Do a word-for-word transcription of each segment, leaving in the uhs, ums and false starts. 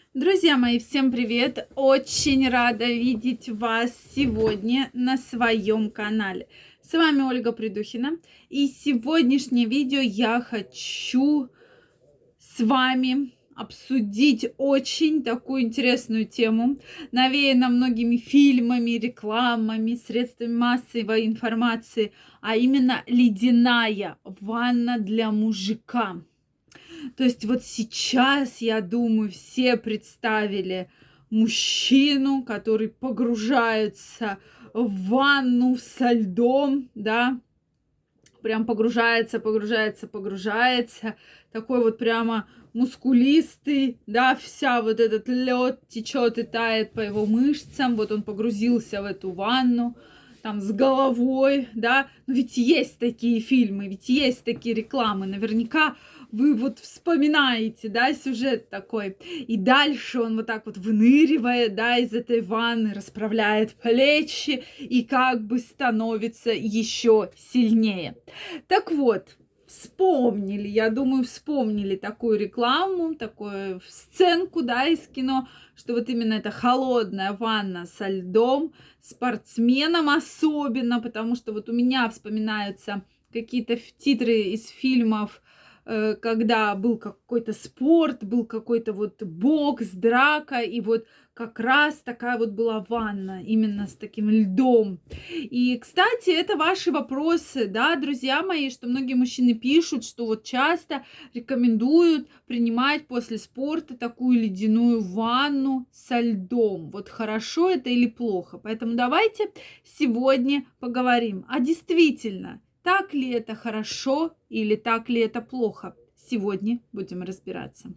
Друзья мои, всем привет! Очень рада видеть вас сегодня на своем канале. С вами Ольга Придухина. И сегодняшнее видео я хочу с вами обсудить очень такую интересную тему, навеяна многими фильмами, рекламами, средствами массовой информации, а именно ледяная ванна для мужика. То есть вот сейчас, я думаю, все представили мужчину, который погружается в ванну со льдом, да, прям погружается, погружается, погружается, такой вот прямо мускулистый, да, вся вот этот лед течет и тает по его мышцам, вот он погрузился в эту ванну, там с головой, да, но ведь есть такие фильмы, ведь есть такие рекламы, наверняка вы вот вспоминаете, да, сюжет такой, и дальше он вот так вот выныривает, да, из этой ванны, расправляет плечи и как бы становится еще сильнее. Так вот, вспомнили, я думаю, вспомнили такую рекламу, такую сценку, да, из кино, что вот именно эта холодная ванна со льдом, спортсменам особенно, потому что вот у меня вспоминаются какие-то титры из фильмов, когда был какой-то спорт, был какой-то вот бокс, драка, и вот как раз такая вот была ванна, именно с таким льдом. И, кстати, это ваши вопросы, да, друзья мои, что многие мужчины пишут, что вот часто рекомендуют принимать после спорта такую ледяную ванну со льдом. Вот хорошо это или плохо? Поэтому давайте сегодня поговорим. А действительно, так ли это хорошо или так ли это плохо? Сегодня будем разбираться.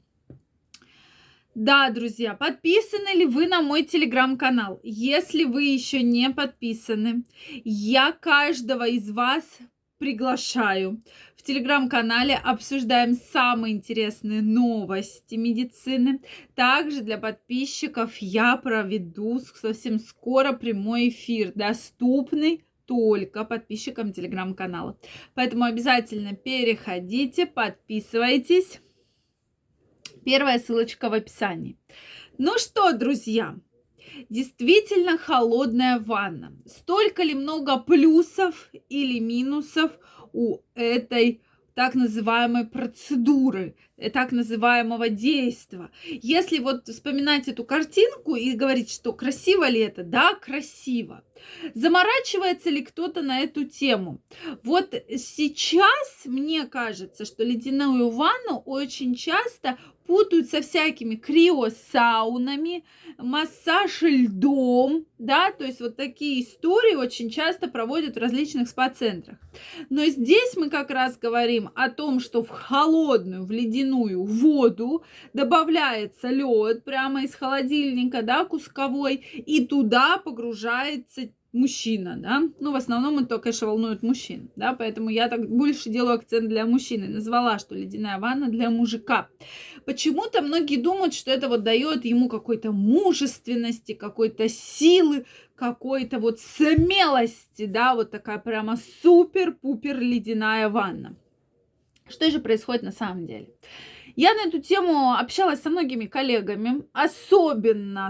Да, друзья, подписаны ли вы на мой телеграм-канал? Если вы еще не подписаны, я каждого из вас приглашаю. В телеграм-канале обсуждаем самые интересные новости медицины. Также для подписчиков я проведу совсем скоро прямой эфир, доступный только подписчикам телеграм-канала. Поэтому обязательно переходите, подписывайтесь. Первая ссылочка в описании. Ну что, друзья, действительно холодная ванна. Столько ли много плюсов или минусов у этой так называемой процедуры, так называемого действия? Если вот вспоминать эту картинку и говорить, что красиво ли это, да, красиво. Заморачивается ли кто-то на эту тему? Вот сейчас мне кажется, что ледяную ванну очень часто путают со всякими криосаунами, массаж льдом, да, то есть вот такие истории очень часто проводят в различных спа-центрах. Но здесь мы как раз говорим о том, что в холодную, в ледяную воду добавляется лед прямо из холодильника, да, кусковой, и туда погружается мужчина, да, ну, в основном это, конечно, волнует мужчин, да, поэтому я так больше делаю акцент для мужчины, назвала, что ледяная ванна для мужика. Почему-то многие думают, что это вот дает ему какой-то мужественности, какой-то силы, какой-то вот смелости, да, вот такая прямо супер-пупер ледяная ванна. Что же происходит на самом деле? Я на эту тему общалась со многими коллегами, особенно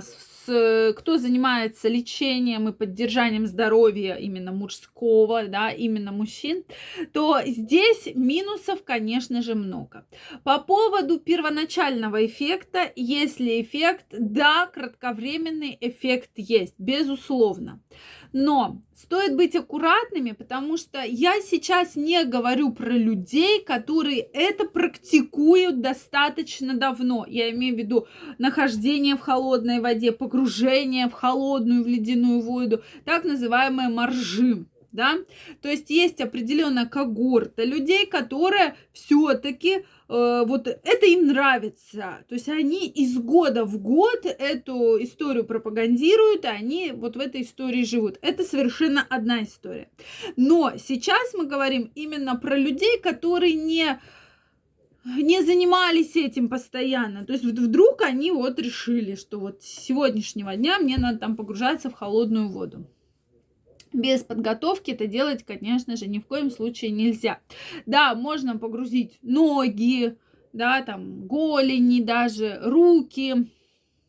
с, кто занимается лечением и поддержанием здоровья именно мужского, да, именно мужчин, то здесь минусов, конечно же, много. По поводу первоначального эффекта, если эффект, да, кратковременный эффект есть, безусловно. Но стоит быть аккуратными, потому что я сейчас не говорю про людей, которые это практикуют достаточно давно. Я имею в виду нахождение в холодной воде, погружение в холодную, в ледяную воду, так называемое моржи. Да? То есть есть определенная когорта людей, которые все-таки э, вот это им нравится. То есть они из года в год эту историю пропагандируют, и они вот в этой истории живут. Это совершенно одна история. Но сейчас мы говорим именно про людей, которые не не занимались этим постоянно. То есть вот вдруг они вот решили, что вот с сегодняшнего дня мне надо там погружаться в холодную воду. Без подготовки это делать, конечно же, ни в коем случае нельзя. Да, можно погрузить ноги, да, там голени даже, руки,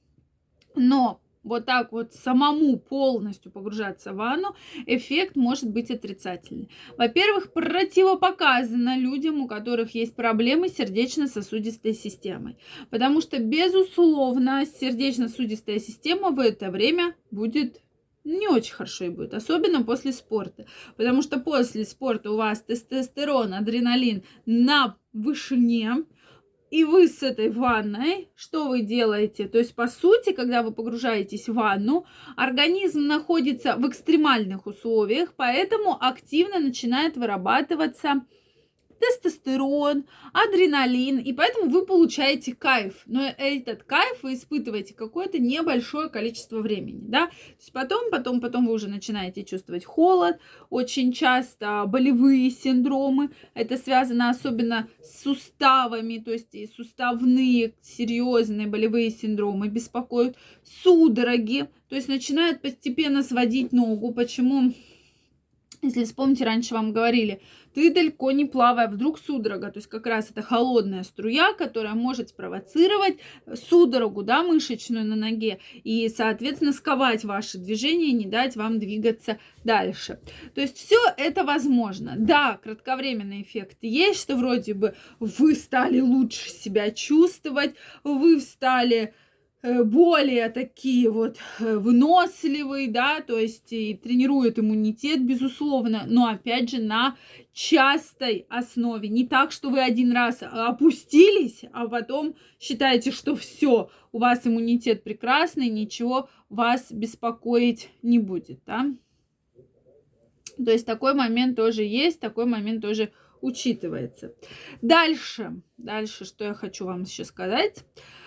Но вот так вот самому полностью погружаться в ванну, эффект может быть отрицательный. Во-первых, противопоказано людям, у которых есть проблемы с сердечно-сосудистой системой. Потому что, безусловно, сердечно-сосудистая система в это время будет не очень хорошо и будет, особенно после спорта. Потому что после спорта у вас тестостерон, адреналин на вышине, и вы с этой ванной, что вы делаете? То есть, по сути, когда вы погружаетесь в ванну, организм находится в экстремальных условиях, поэтому активно начинает вырабатываться тестостерон, адреналин, и поэтому вы получаете кайф. Но этот кайф вы испытываете какое-то небольшое количество времени, да. То есть потом, потом, потом вы уже начинаете чувствовать холод, очень часто болевые синдромы. Это связано особенно с суставами, то есть и суставные серьезные болевые синдромы беспокоят, судороги, то есть начинают постепенно сводить ногу. Почему? Если вспомните, раньше вам говорили, ты далеко не плавай, вдруг судорога. То есть как раз это холодная струя, которая может спровоцировать судорогу, да, мышечную на ноге. И, соответственно, сковать ваши движения и не дать вам двигаться дальше. То есть все это возможно. Да, кратковременный эффект есть, что вроде бы вы стали лучше себя чувствовать, вы стали более такие вот выносливые, да, то есть и тренирует иммунитет, безусловно, но опять же на частой основе. Не так, что вы один раз опустились, а потом считаете, что все, у вас иммунитет прекрасный, ничего вас беспокоить не будет, да. То есть такой момент тоже есть, такой момент тоже учитывается. Дальше, дальше, что я хочу вам еще сказать.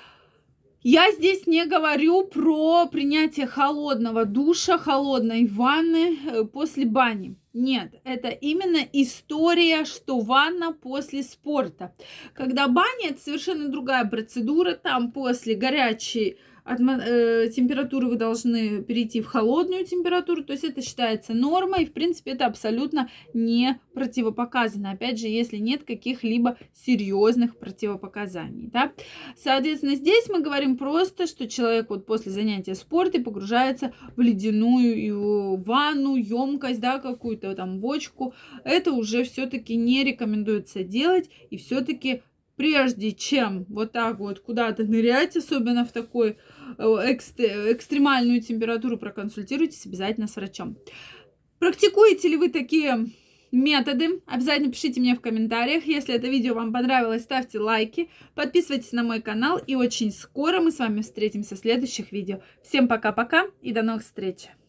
Я здесь не говорю про принятие холодного душа, холодной ванны после бани. Нет, это именно история, что ванна после спорта. Когда баня, это совершенно другая процедура. Там после горячей температуры вы должны перейти в холодную температуру, то есть это считается нормой, и в принципе это абсолютно не противопоказано, опять же, если нет каких-либо серьезных противопоказаний, да. Соответственно, здесь мы говорим просто, что человек вот после занятия спортом погружается в ледяную ванну, емкость, да, какую-то там бочку, это уже все-таки не рекомендуется делать, и все-таки прежде чем вот так вот куда-то нырять, особенно в такой экстремальную температуру, проконсультируйтесь обязательно с врачом. Практикуете ли вы такие методы? Обязательно пишите мне в комментариях. Если это видео вам понравилось, ставьте лайки, подписывайтесь на мой канал, и очень скоро мы с вами встретимся в следующих видео. Всем пока-пока и до новых встреч!